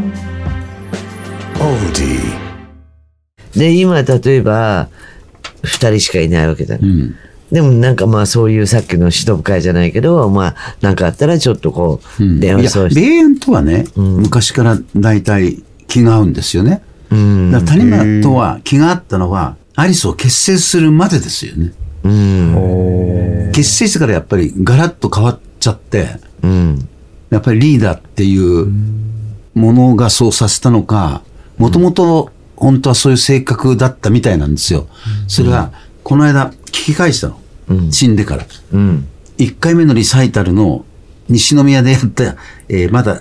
で今例えば2人しかいないわけだ、でもなんかまあそういうさっきの指導会じゃないけど、まあなんかあったらちょっとこう電話そうして、 霊園とはね、昔から大体気が合うんですよね。だから谷村とは気が合ったのはアリスを結成するまでですよね。結成してからやっぱりガラッと変わっちゃって、やっぱりリーダーっていうものがそうさせたのか、もともと本当はそういう性格だったみたいなんですよ。それはこの間聞き返したの、死んでから、1回目のリサイタルの西宮でやった、まだ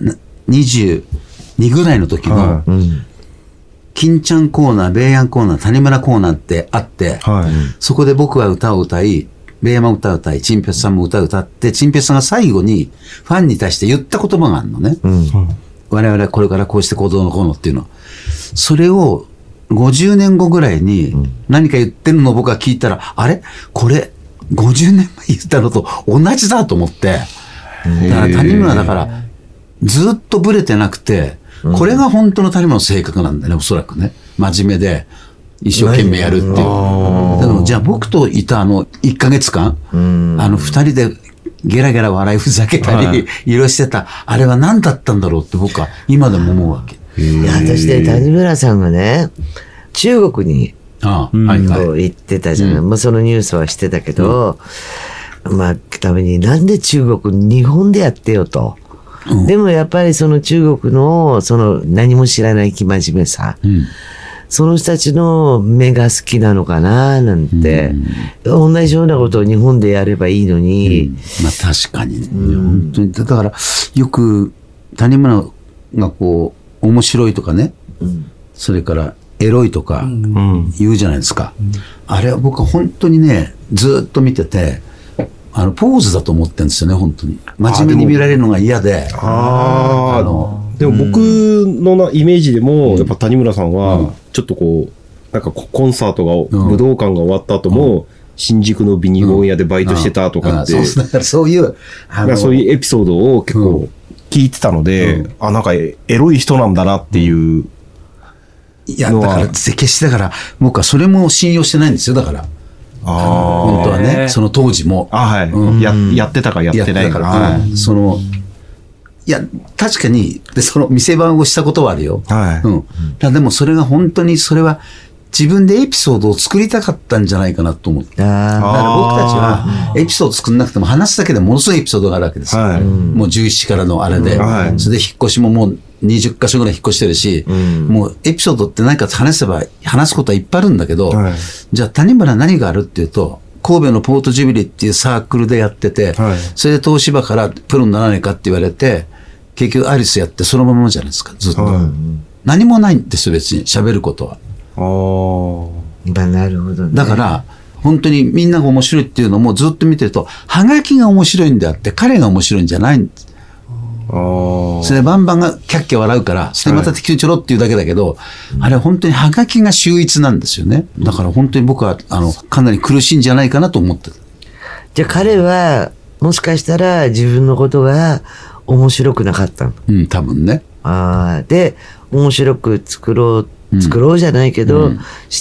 22ぐらいの時の、金ちゃんコーナー、ベイヤンコーナー、谷村コーナーってあって、そこで僕は歌を歌い、ベイヤンも歌を歌い、チンペスさんも歌を歌って、チンペスさんが最後にファンに対して言った言葉があるのね。我々はこれからこうして行動のこうのっていうの。それを50年後ぐらいに何か言ってるのを僕は聞いたら、あれこれ50年前言ったのと同じだと思って。だから谷村だからずっとブレてなくて、これが本当の谷村の性格なんだよね、おそらくね。真面目で一生懸命やるっていう。でもじゃあ僕といた1ヶ月間、2人でゲラゲラ笑いふざけたり、いろいろしてた、あれは何だったんだろうって僕は今でも思うわけ。 いや、私ね、谷村さんがね、中国に行ってたじゃない。まあそのニュースはしてたけど、まあ、ためになんで中国、日本でやってよと。でもやっぱりその中国の、その何も知らない生真面目さ。その人たちの目が好きなのかななんて、同じようなことを日本でやればいいのに。 まあ確かにね。本当に。だから、よく谷村がこう、面白いとかね、それからエロいとか言うじゃないですか。あれは僕は本当にね、ずっと見てて、ポーズだと思ってるんですよね、本当に。真面目に見られるのが嫌で。 でも僕のイメージでも、やっぱ谷村さんは、ちょっとこう、なんかコンサートが、武道館が終わった後も、新宿のビニゴン屋でバイトしてたとかって、 そういう、 そういうエピソードを結構聞いてたので、なんかエロい人なんだなっていう。 いや、だから、決してだから、僕はそれも信用してないんですよ、だから。本当はね、その当時も。 やってたかやってないか。 いや、確かに、で、その店番をしたことはあるよ。でもそれが本当に、それは自分でエピソードを作りたかったんじゃないかなと思って。だから僕たちは、エピソード作んなくても話すだけでものすごいエピソードがあるわけですよ。もう11からのあれで。それで引っ越しももう20カ所ぐらい引っ越してるし、もうエピソードって何か話せば、話すことはいっぱいあるんだけど、じゃあ谷村何があるっていうと、神戸のポートジュビリーっていうサークルでやってて、それで東芝からプロにならないかって言われて、結局アリスやってそのままじゃないですか、ずっと。何もないんですよ、別に喋ることは。 なるほどね。 だから、本当にみんなが面白いっていうのもずっと見てると、はがきが面白いんであって、彼が面白いんじゃないんです。それでバンバンがキャッキャ笑うから、それまた適当にちょろっていうだけだけど、あれは本当にはがきが秀逸なんですよね。だから本当に僕は、かなり苦しいんじゃないかなと思ってる。 じゃあ彼は、もしかしたら自分のことが面白くなかったの。 多分ね。 で、面白く作ろうじゃないけど、して、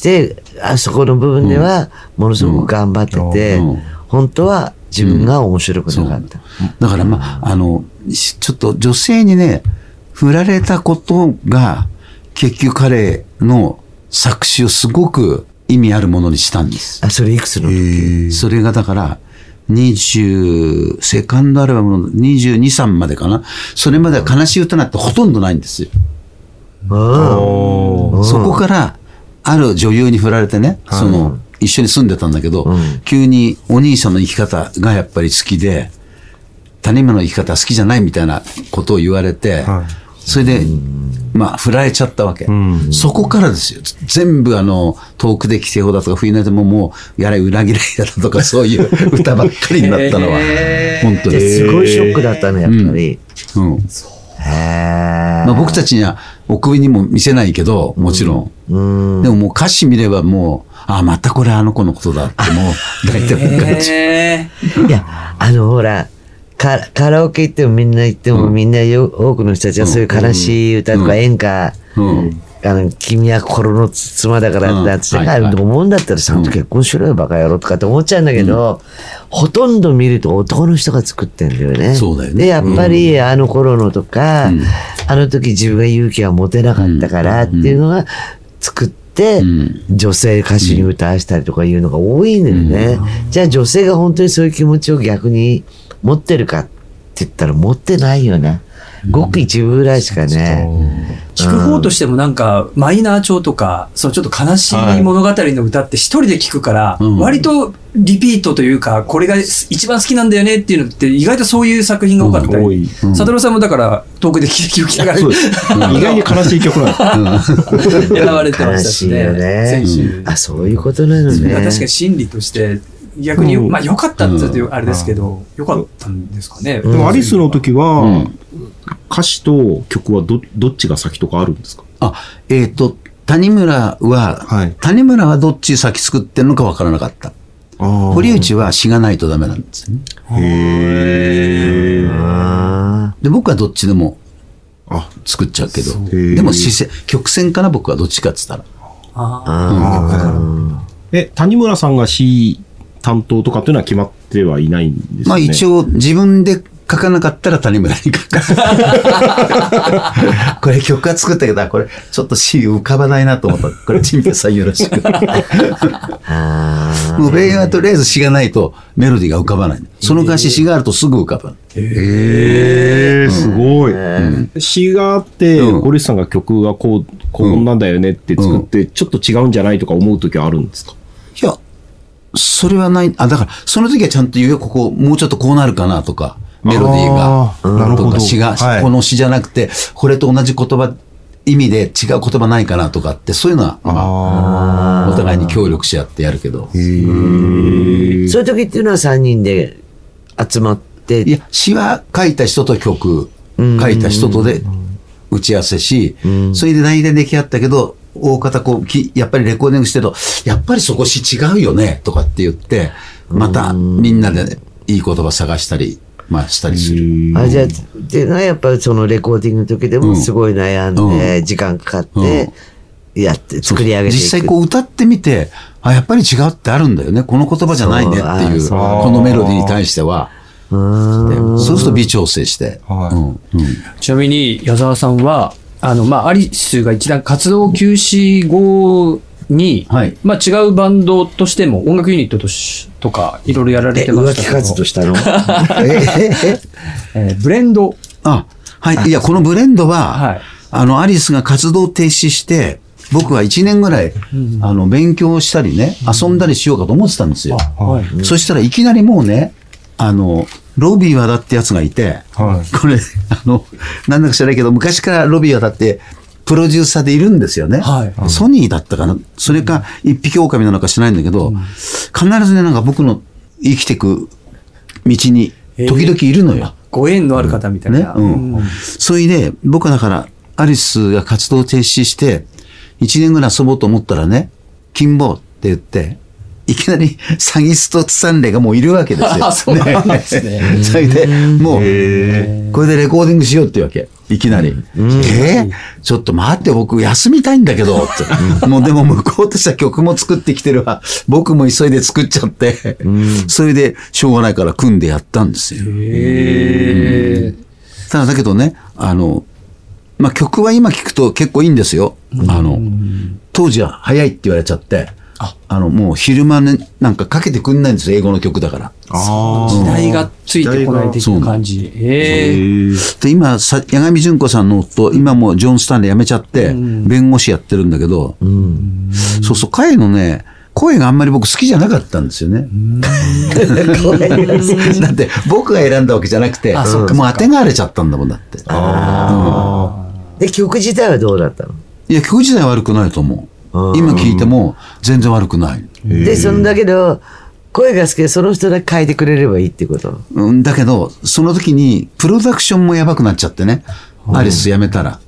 あそこの部分では、ものすごく頑張ってて、本当は自分が面白くなかった。 だからちょっと女性にね、振られたことが、結局彼の作詞をすごく意味あるものにしたんです。 それいくつの時？ それがだから、セカンドアルバムの22、3までかな。それまでは悲しい歌なんてほとんどないんですよ。そこから、ある女優に振られてね、一緒に住んでたんだけど、急にお兄さんの生き方がやっぱり好きで、谷村の生き方好きじゃないみたいなことを言われて、それで、振られちゃったわけ。そこからですよ。全部遠くで来てよだとか、冬の間ももう、やれ裏切りだとか、そういう歌ばっかりになったのは、本当に。 すごいショックだったね、やっぱり。 僕たちにはお首にも見せないけど、もちろん。でももう歌詞見ればもう、またこれあの子のことだってもう、大体分かっちゃう。 いや、ほら、 カラオケ行ってもみんな行っても、みんな多くの人たちはそういう悲しい歌とか演歌、君は心の妻だからだって思うんだったらちゃんと結婚しろよバカ野郎とかって思っちゃうんだけど、ほとんど見ると男の人が作ってんだよね。 そうだよね。 でやっぱりあの頃のとか、あの時自分が勇気が持てなかったからっていうのが作って、女性歌手に歌わしたりとかいうのが多いんだよね。じゃあ女性が本当にそういう気持ちを逆に持ってるかって言ったら持ってないよね。ごく一部ぐらいしかね。 聞く方としてもなんかマイナー調とか、そうちょっと悲しい物語の歌って一人で聞くから、割とリピートというか、これが一番好きなんだよねっていうのって意外とそういう作品が多かったり。佐太郎さんもだから遠くで聞きながら。 意外に悲しい曲なんです。 選ばれてましたしね。先週。 あ、そういうことなのね。 確かに心理として、逆に、まあ良かったって言うとあれですけど、良かったんですかね。 でもアリスの時は、歌詞と曲はどっちが先とかあるんですか？ 谷村はどっち先作ってるのか分からなかった。堀内は詩がないとダメなんですよね。で、僕はどっちでも作っちゃうけど、でも曲線かな、僕はどっちかっつったら。 谷村さんが詩担当とかっていうのは決まってはいないんですよね。 まあ一応自分で書かなかったら谷村に書く。これ曲は作ったけど、これちょっと詩浮かばないなと思った。これ陳平さんよろしく。もうベイはとりあえず詩がないとメロディーが浮かばない。その歌詞詩があるとすぐ浮かばない。 すごい。詩があって、堀内さんが曲がこんなんだよねって作って、ちょっと違うんじゃないとか思うときはあるんですか？ いや、それはない。だから、その時はちゃんと言うよ、もうちょっとこうなるかなとか、メロディーが、とか詩が、この詩じゃなくて、これと同じ意味で違う言葉ないかなとかって、そういうのは、お互いに協力し合ってやるけど。そういう時っていうのは3人で集まって。 いや、詩は書いた人と曲、書いた人とで打ち合わせし、それで大体出来上がったけど、大方やっぱりレコーディングしてると、やっぱりそこ詩違うよね、とかって言って、またみんなでいい言葉探したり、したりする。 じゃあ、っていうのはやっぱりそのレコーディングの時でもすごい悩んで、時間かかって、作り上げていく。 実際歌ってみて、やっぱり違うってあるんだよね。この言葉じゃないねっていう、このメロディーに対しては。そうすると微調整して。 ちなみに矢沢さんは、アリスが一段活動休止後に、違うバンドとしても音楽ユニットとかいろいろやられてましたけど。 浮気活動したのブレンド。 いや、このブレンドは、アリスが活動停止して、僕は1年ぐらい、勉強したりね、遊んだりしようかと思ってたんですよ。そしたらいきなりもうね、ロビー和田ってやつがいて、これ、なんだか知らないけど、昔からロビー和田ってプロデューサーでいるんですよね。ソニーだったかな。それか、一匹狼なのか知らないんだけど、必ずね、なんか僕の生きていく道に時々いるのよ。 ご縁のある方みたいな。 それで、僕はだから、アリスが活動停止して、1年ぐらい遊ぼうと思ったらね、金棒って言って、いきなりサギストツサンレがもういるわけですよ。 そうなんですね。 それで、もう、これでレコーディングしようっていうわけ。いきなり。ちょっと待って、僕休みたいんだけど、って。もうでも向こうとした曲も作ってきてるわ。僕も急いで作っちゃって、それでしょうがないから組んでやったんですよ。ただだけどね、曲は今聞くと結構いいんですよ。当時は早いって言われちゃって、もう昼間ね、なんかかけてくんないんですよ、英語の曲だから。 時代がついてこない的な感じ。 で、今、八神純子さんの夫、今もうジョン・スタンレー辞めちゃって、弁護士やってるんだけど、そうそう、彼のね、声があんまり僕好きじゃなかったんですよね。だって僕が選んだわけじゃなくて、もう当てがわれちゃったんだもんだって。 で、曲自体はどうだったの？ いや、曲自体は悪くないと思う。今聞いても全然悪くない。 で、だけど、声が好きでその人だけ変えてくれればいいってこと？ だけど、その時にプロダクションもやばくなっちゃってね。アリス辞めたら。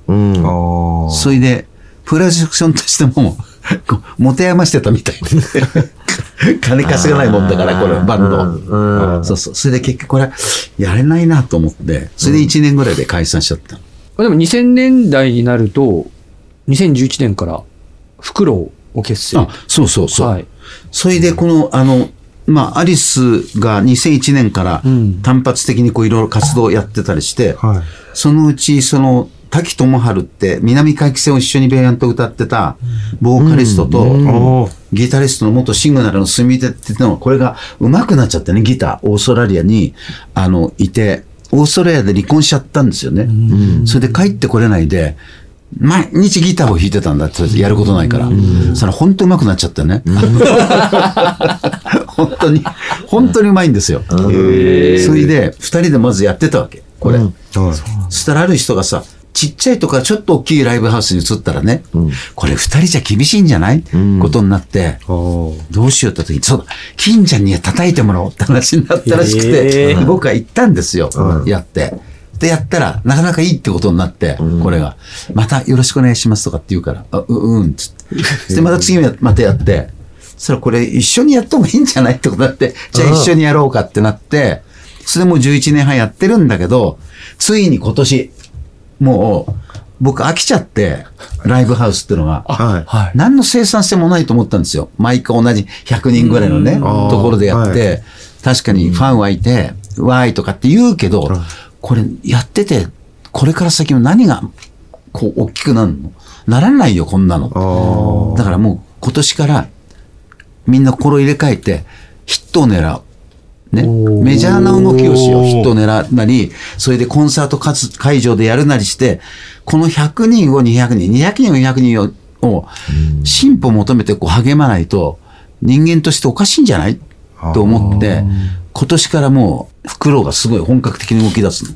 それで、プロダクションとしても、持て余してたみたい金稼がないもんだから、これ、バンド。そうそう。それで結局これ、やれないなと思って、それで1年ぐらいで解散しちゃった。 でも2000年代になると、2011年から、フクロウを結成。 そうそうそう。はい。それで、この、アリスが2001年から単発的にこういろいろ活動をやってたりして、そのうち、滝智春って南海汽船を一緒にベイヤンと歌ってたボーカリストとギタリストの元シグナルの住出っていうのはこれが上手くなっちゃってね、ギターオーストラリアにいて、オーストラリアで離婚しちゃったんですよね。それで帰ってこれないで毎日ギターを弾いてたんだって、やることないから。それ本当上手くなっちゃってね。本当に上手いんですよ。それで二人でまずやってたわけ、これ。そしたらある人がさ、ちっちゃいとかちょっと大きいライブハウスに移ったらね、これ二人じゃ厳しいんじゃない、ことになって、どうしようって時に、そうだ、金ちゃんには叩いてもらおうって話になったらしくて、僕は行ったんですよ、やって。で、やったら、なかなかいいってことになって、これが、またよろしくお願いしますとかって言うから、つって。で、また次またやって、そしたらこれ一緒にやった方がいいんじゃないってことになって、じゃあ一緒にやろうかってなって、それもう11年半やってるんだけど、ついに今年、もう、僕飽きちゃって、ライブハウスっていうのが、何の生産性もないと思ったんですよ。毎回同じ100人ぐらいのね、ところでやって、確かにファンはいて、わーいとかって言うけど、これやってて、これから先も何が、こう、大きくなるの？ならないよ、こんなの。だからもう、今年から、みんな心入れ替えて、ヒットを狙う。ね、メジャーな動きをしよう、ヒットを狙うなり、それでコンサート会場でやるなりして、この100人を200人、200人を200人を進歩を求めてこう励まないと、人間としておかしいんじゃないと思って、今年からもう、フクロウがすごい本格的に動き出すの。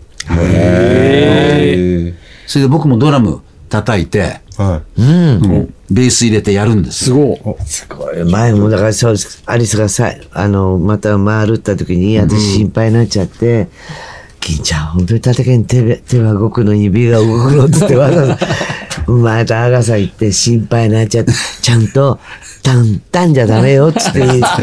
それで僕もドラム叩いて、ベース入れてやるんです。 すごい。前もだからそうです。アリスがさ、また回るった時に、私心配になっちゃって、金ちゃん、本当に叩けん手は動くのに指が動くのってわざわざ、またアガサ行って心配になっちゃって、ちゃんと、タンじゃダメよっつって。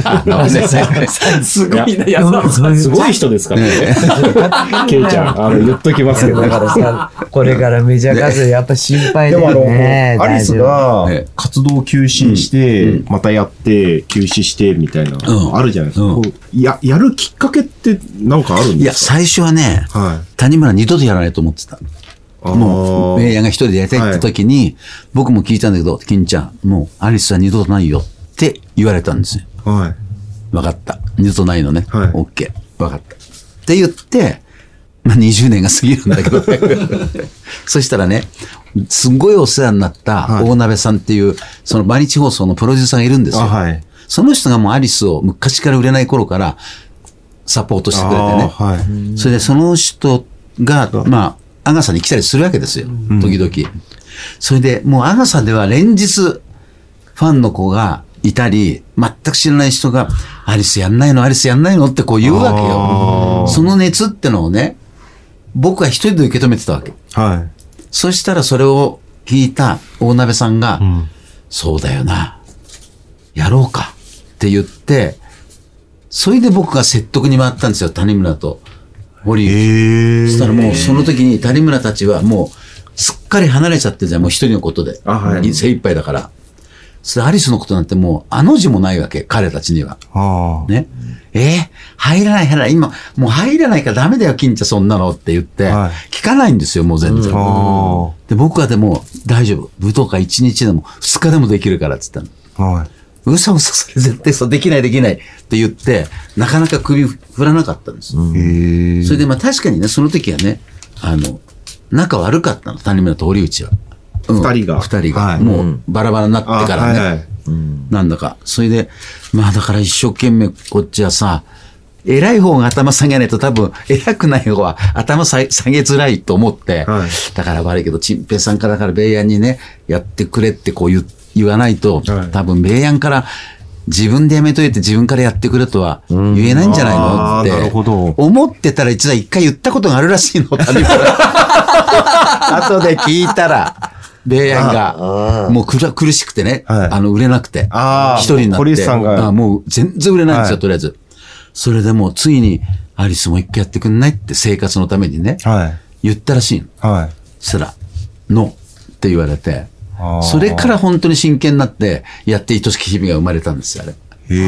すごいな、 すごい人ですからね。ケイちゃん、言っときますけど。 だからさ、これからメジャー活動やっぱ心配だよね。 アリスが活動休止して、またやって、休止してみたいな、あるじゃないですか。やるきっかけってなんかあるんですか？ いや、最初はね、谷村二度とやらないと思ってた。もう、メイヤーが一人でやりたいって時に、僕も聞いたんだけど、金ちゃん、もうアリスは二度とないよって言われたんですよ。分かった。二度とないのね。オッケー。分かった。って言って、20年が過ぎるんだけど、そしたらね、すごいお世話になった大鍋さんっていう、その毎日放送のプロデューサーがいるんですよ。その人がもうアリスを昔から売れない頃からサポートしてくれてね。それでその人が、アガサに来たりするわけですよ。時々。それで、もうアガサでは連日、ファンの子がいたり、全く知らない人が、アリスやんないのってこう言うわけよ。その熱ってのをね、僕は一人で受け止めてたわけ。そしたらそれを聞いた大鍋さんが、そうだよな。やろうか。って言って、それで僕が説得に回ったんですよ、谷村と。そしたらもうその時に谷村たちはもうすっかり離れちゃってるじゃん、もう一人のことで。精一杯だから。それアリスのことなんてもう字もないわけ、彼たちには。ね。入らない、今、もう入らないからダメだよ、金ちゃんそんなのって言って、聞かないんですよ、もう全然。で、僕はでも大丈夫。舞踏会1日でも2日でもできるからって言ったの。嘘、それ絶対そう、できないって言って、なかなか首振らなかったんです。それで確かにね、その時はね、仲悪かったの、谷村と堀内は。 二人が。 もうバラバラになってからね。なんだか。それで、だから一生懸命こっちはさ、偉い方が頭下げないと多分、偉くない方は頭下げづらいと思って、だから悪いけど、チンペイさんからベイヤンにね、やってくれってこう言わないと、多分ベイヤンから自分でやめといて自分からやってくれとは言えないんじゃないのって思ってたら一回言ったことがあるらしいの。後で聞いたら、 米安が、もう苦しくてね、売れなくて、一人になって、 堀内さんがもう全然売れないんですよ、とりあえず。それでもうついに、アリスも一回やってくんないって生活のためにね、言ったらしいの。そしたら、ノーって言われて、それから本当に真剣になって、やって愛しき日々が生まれたんですよ、あれ。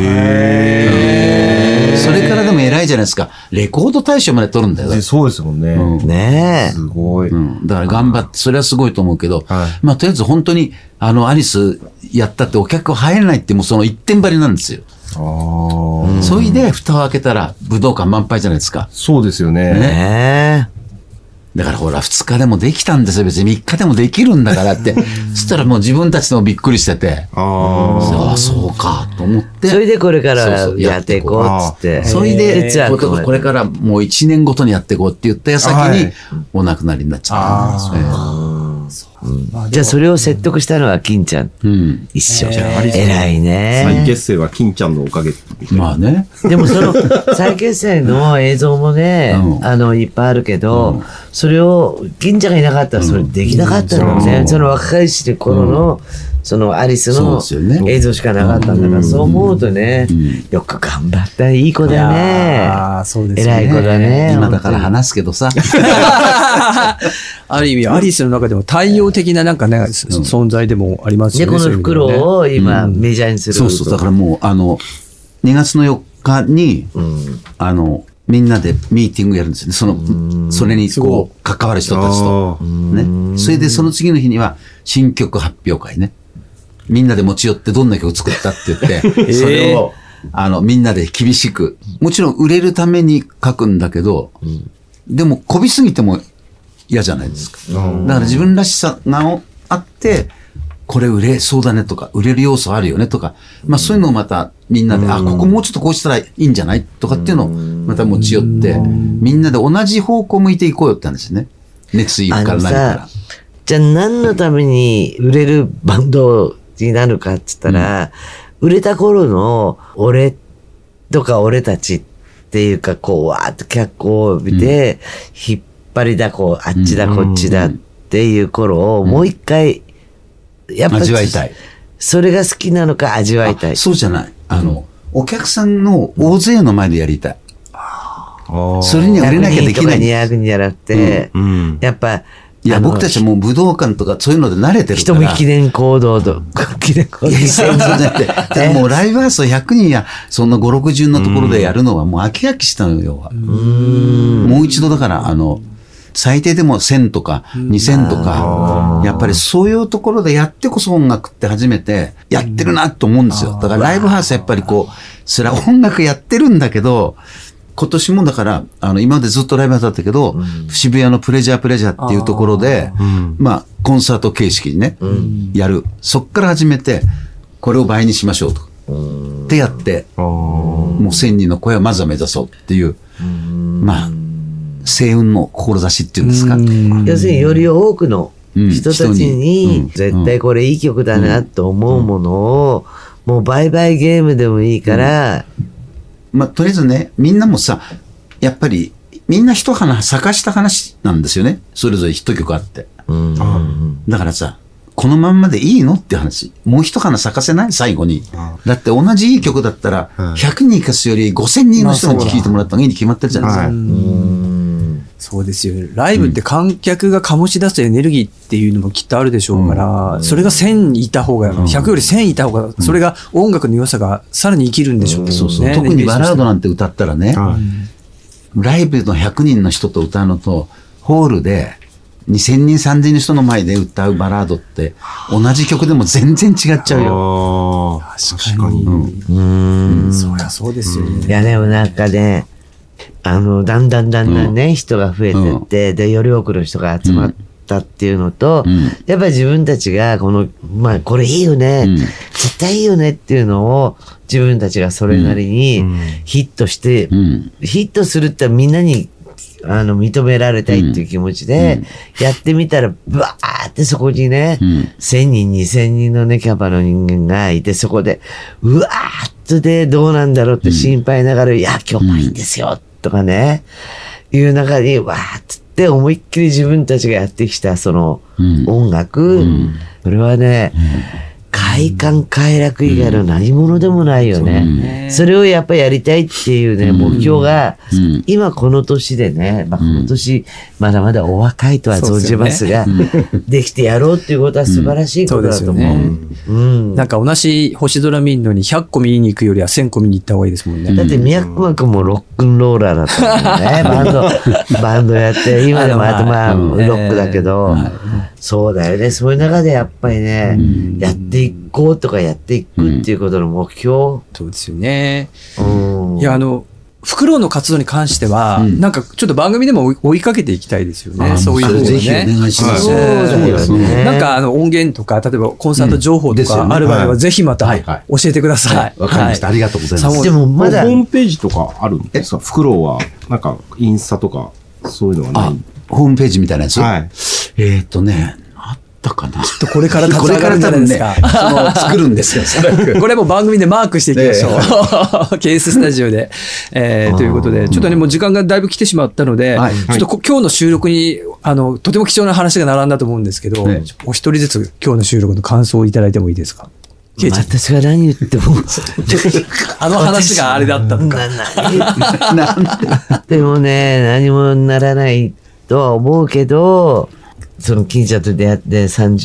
それからでも偉いじゃないですか。レコード大賞まで取るんだよ。 そうですもんね。 ねえ。 すごい。 だから頑張って、それはすごいと思うけど、まあとりあえず本当に、アリスやったってお客入れないってもうその一点張りなんですよ。それで蓋を開けたら武道館満杯じゃないですか。 そうですよね。 だからほら2日でもできたんですよ。別に3日でもできるんだからって。そしたらもう自分たちでもびっくりしてて。ああ、そうかと思って。 それでこれからやっていこうっつって。 それで、これからもう1年ごとにやっていこうって言った矢先にお亡くなりになっちゃったんですよ。 じゃあそれを説得したのは金ちゃん。一緒。偉いね。 再結成は金ちゃんのおかげ。 まあね。 でもその再結成の映像もね、いっぱいあるけど、それを金ちゃんがいなかったらそれできなかったのね。その若いし頃の、そのアリスの映像しかなかったんだから、そう思うとね、よく頑張ったいい子だよね。偉い子だね。 今だから話すけどさ。 ある意味、アリスの中でも対応的ななんかね、存在でもありますよね。 で、この袋を今メジャーにする。 そうそう。だからもう、2月の4日に、みんなでミーティングやるんですよね。それにこう、関わる人たちと。ね。それでその次の日には、新曲発表会ね。みんなで持ち寄ってどんな曲作ったって言って、それを、みんなで厳しく、もちろん売れるために書くんだけど、でも、こびすぎても嫌じゃないですか。だから自分らしさがあって、これ売れそうだねとか、売れる要素あるよねとか、まあそういうのをまたみんなで、ここもうちょっとこうしたらいいんじゃないとかっていうのをまた持ち寄って、みんなで同じ方向向いていこうよって話ね。熱意からないから。 じゃあ何のために売れるバンドになるかって言ったら、売れた頃の俺とか俺たちっていうか、こう、わーっと脚光を浴びて、引っ張りだこう、あっちだこっちだっていう頃をもう一回、やっぱ味わいたい。 それが好きなのか味わいたい。 そうじゃない。お客さんの大勢の前でやりたい。それには売れなきゃできない。 200人じゃなくて、やっぱ、 いや、僕たちはもう武道館とかそういうので慣れてるから。 人も記念行動と、記念行動。 でもライブハウス100人や、そんな5、60のところでやるのはもう飽き飽きしたのよ。もう一度だから、最低でも1000とか2000とか、やっぱりそういうところでやってこそ音楽って初めてやってるなと思うんですよ。だからライブハウスやっぱりこう、それは音楽やってるんだけど、今年もだから、今までずっとライブハウスだったけど、渋谷のプレジャーっていうところで、まあ、コンサート形式にね、やる。そっから始めて、これを倍にしましょうと。ってやって、もう1000人の声をまずは目指そうっていう、まあ、星雲の志っていうんですか。 要するにより多くの人たちに、絶対これいい曲だなと思うものを、もう売買ゲームでもいいから、 まあ、とりあえずね、みんなもさ、やっぱり、みんな一花咲かした話なんですよね。それぞれ一曲あって。だからさ、このまんまでいいのって話。もう一花咲かせない最後に。だって同じいい曲だったら、100人かすより5000人の人に聴いてもらった方がいいに決まってるじゃないですか。 そうですよ。ライブって観客が醸し出すエネルギーっていうのもきっとあるでしょうから、それが1000いた方が、100より1000いた方が、それが音楽の良さがさらに生きるんでしょうね。 特にバラードなんて歌ったらね、ライブの100人の人と歌うのと、ホールで2000人3000人の人の前で歌うバラードって同じ曲でも全然違っちゃうよ。 確かに。そりゃそうですよね。 いやでもなんかね、だんだんね、人が増えてって、で、より多くの人が集まったっていうのと、やっぱり自分たちが、まあ、これいいよね、絶対いいよねっていうのを、自分たちがそれなりにヒットして、ヒットするってみんなに、認められたいっていう気持ちで、やってみたら、ブワーってそこにね、1000人、2000人のね、キャパの人間がいて、そこで、うわーっとでどうなんだろうって心配ながら、いや、今日もいいんですよ、とかね、いう中に、わーっつっって思いっきり自分たちがやってきたその音楽、それはね、快感快楽以外の何者でもないよね。それをやっぱりやりたいっていうね、目標が、今この年でね、この年まだまだお若いとは存じますが、できてやろうっていうことは素晴らしいことだと思う。 なんか同じ星空見るのに100個見に行くよりは1000個見に行った方がいいですもんね。 だって宮熊君もロックンローラーだったもんね。バンドやって、今でもあとまあロックだけど、そうだよね。そういう中でやっぱりね、やっていこうとかやっていくっていうことの目標。 そうですよね。いや、フクロウの活動に関しては、なんかちょっと番組でも追いかけていきたいですよね。そういうのね。 ぜひお願いします。 なんか音源とか、例えばコンサート情報とかある場合は、ぜひまた教えてください。 わかりました。ありがとうございます。 でもまだホームページとかあるんですか？フクロウは、なんかインスタとか、そういうのはない？ ホームページみたいなやつ？あったかな。きっとこれから立ち上がるんじゃないですか。作るんですよ。 これも番組でマークしていきましょう。ケーススタジオで。ということで、ちょっとね、もう時間がだいぶ来てしまったので、ちょっと今日の収録に、とても貴重な話が並んだと思うんですけど、お一人ずつ今日の収録の感想をいただいてもいいですか？ 私が何言っても話があれだったとか。 でもね、何もならないとは思うけど、その金ちゃんと出会って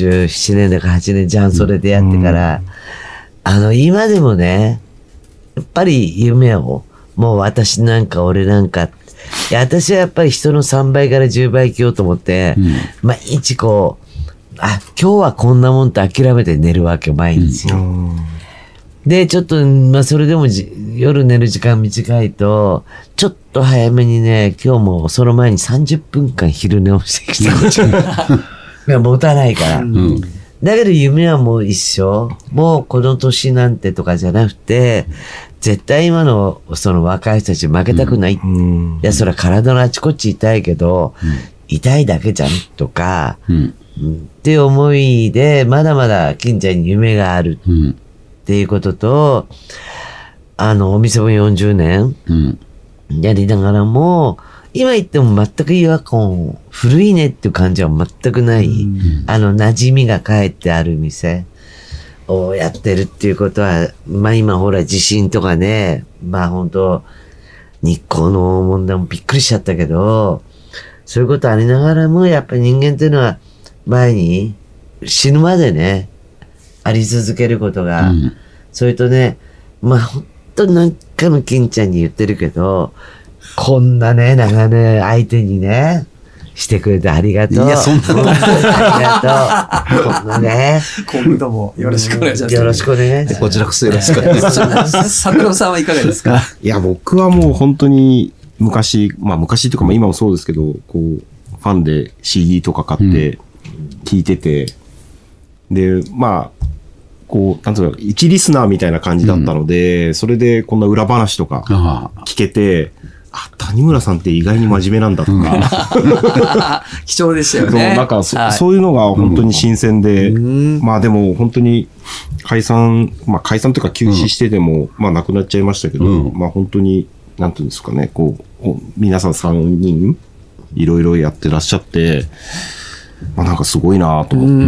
37年だか8年ジャンソレ出会ってから、今でもね、やっぱり夢を、もう私なんか俺なんか、いや私はやっぱり人の3倍から10倍生きようと思って、毎日こう、今日はこんなもんと諦めて寝るわけ、毎日。で、ちょっと、それでも夜寝る時間短いと、ちょっと早めにね、今日もその前に30分間昼寝をしてきた。持たないから。だけど夢はもう一生。もうこの年なんてとかじゃなくて、絶対今のその若い人たち負けたくない。いや、それは体のあちこち痛いけど、痛いだけじゃんとか、っていう思いで、まだまだ金ちゃんに夢がある。っていうことと、お店も40年やりながらも、今言っても全く違和感、古いねっていう感じは全くない、馴染みが帰ってある店をやってるっていうことは、今ほら地震とかね、本当日光の問題もびっくりしちゃったけど、そういうことありながらも、やっぱり人間っていうのは前に死ぬまでね、あり続けることが、それとね、本当に何回も金ちゃんに言ってるけど、こんなね、長年相手にね、してくれてありがとう。 いや、そんなことない。 ありがとう。こんなね。 今後ともよろしくお願いします。 よろしくお願いします。 こちらこそよろしくお願いします。 桜さんはいかがですか？ いや、僕はもう本当に昔とか今もそうですけど、こう、ファンで CD とか買って聴いてて、で、こう、なんつうの、一リスナーみたいな感じだったので、それでこんな裏話とか聞けて、谷村さんって意外に真面目なんだとか。 貴重でしたよね。 なんかそういうのが本当に新鮮で、でも本当に解散というか休止してでも、なくなっちゃいましたけど、本当に、なんていうんですかね、こう、皆さん3人、いろいろやってらっしゃって、なんかすごいなと思って。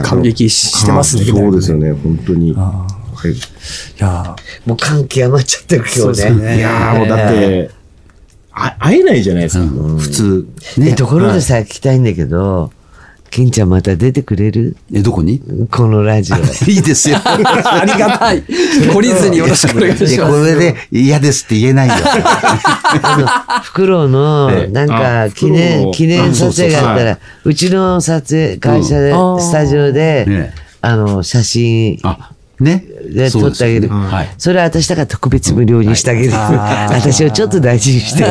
感激してますね。 そうですよね、本当に。いやもう感極まっちゃってる今日ね。 いやもうだって、会えないじゃないですか、普通。 ところでさ、聞きたいんだけど、金ちゃんまた出てくれる？ どこに？ このラジオ。 いいですよ。 ありがたい。懲りずによろしくお願いします。 これで嫌ですって言えないよ。 フクロウの、なんか、記念撮影があったら、うちの会社で、スタジオで、写真、で撮ってあげる。それは私だから特別無料にしてあげる。私をちょっと大事にして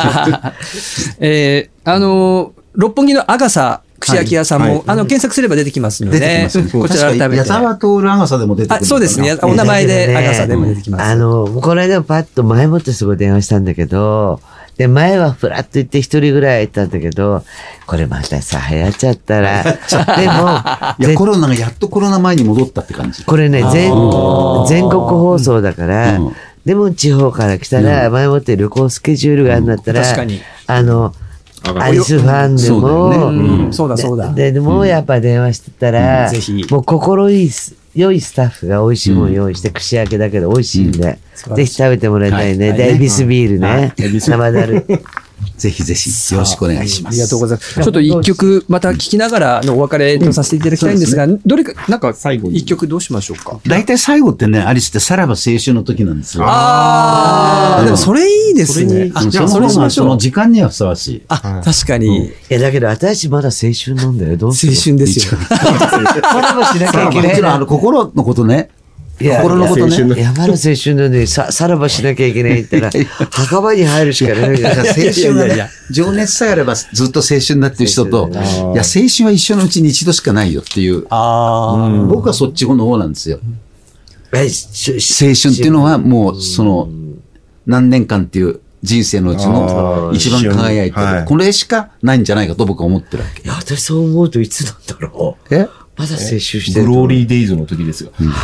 る。 六本木のアガサ串焼き屋さんも、検索すれば出てきますので、こちら改めて。 矢沢徹アガサでも出てくる。 そうですね。お名前でアガサでも出てきます。 この間パッと前もってすごい電話したんだけど、で、前はフラッと行って一人ぐらい行ったんだけど、これまたさ、流行っちゃったら、でも、 コロナがやっとコロナ前に戻ったって感じ。 これね、全国放送だから、でも地方から来たら、前もって旅行スケジュールがあるんだったら、 アリスファンでも、 そうだそうだ。 でもやっぱ電話してたら、もう心良いスタッフが美味しいもの用意して、串焼けだけど美味しいんで、ぜひ食べてもらいたいね。デイビスビールね。生だる。 ぜひぜひよろしくお願いします。 ありがとうございます。ちょっと一曲また聴きながらのお別れとさせていただきたいんですが、どれか、なんか一曲どうしましょうか。 大体最後ってね、アリスってさらば青春の時なんですよ。 でもそれいいですね。 じゃあそれしましょう。その時間にはふさわしい。 確かに。 いや、だけど私まだ青春なんだよ。どうする？ 青春ですよ。 さらばしなきゃいけない。 もちろん心のことね。心のことね。 いや、まだ青春なのにさらばしなきゃいけないって言ったら、墓場に入るしかない。 青春はね、情熱さえあればずっと青春だっていう人と、いや、青春は一生のうちに一度しかないよっていう。僕はそっちの方なんですよ。青春っていうのはもう、その、何年間っていう人生のうちの一番輝いてる。これしかないんじゃないかと僕は思ってるわけ。 いや、私そう思うといつなんだろう。まだ青春してる。 グローリーデイズの時ですよ。青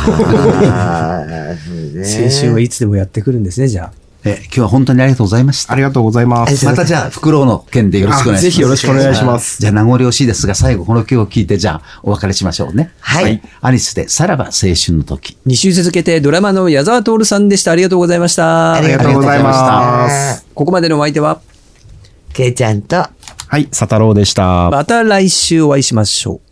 春はいつでもやってくるんですね、じゃあ。 今日は本当にありがとうございました。 ありがとうございます。 またじゃあ、フクロウの件でよろしくお願いします。 ぜひよろしくお願いします。 じゃあ、名残惜しいですが、最後この曲を聴いて、じゃあ、お別れしましょうね。 はい。 アリスで、さらば青春の時。 2週続けて、ドラマの矢沢徹さんでした。ありがとうございました。 ありがとうございました。 ここまでのお相手は、 けいちゃんと、 はい、佐太郎でした。 また来週お会いしましょう。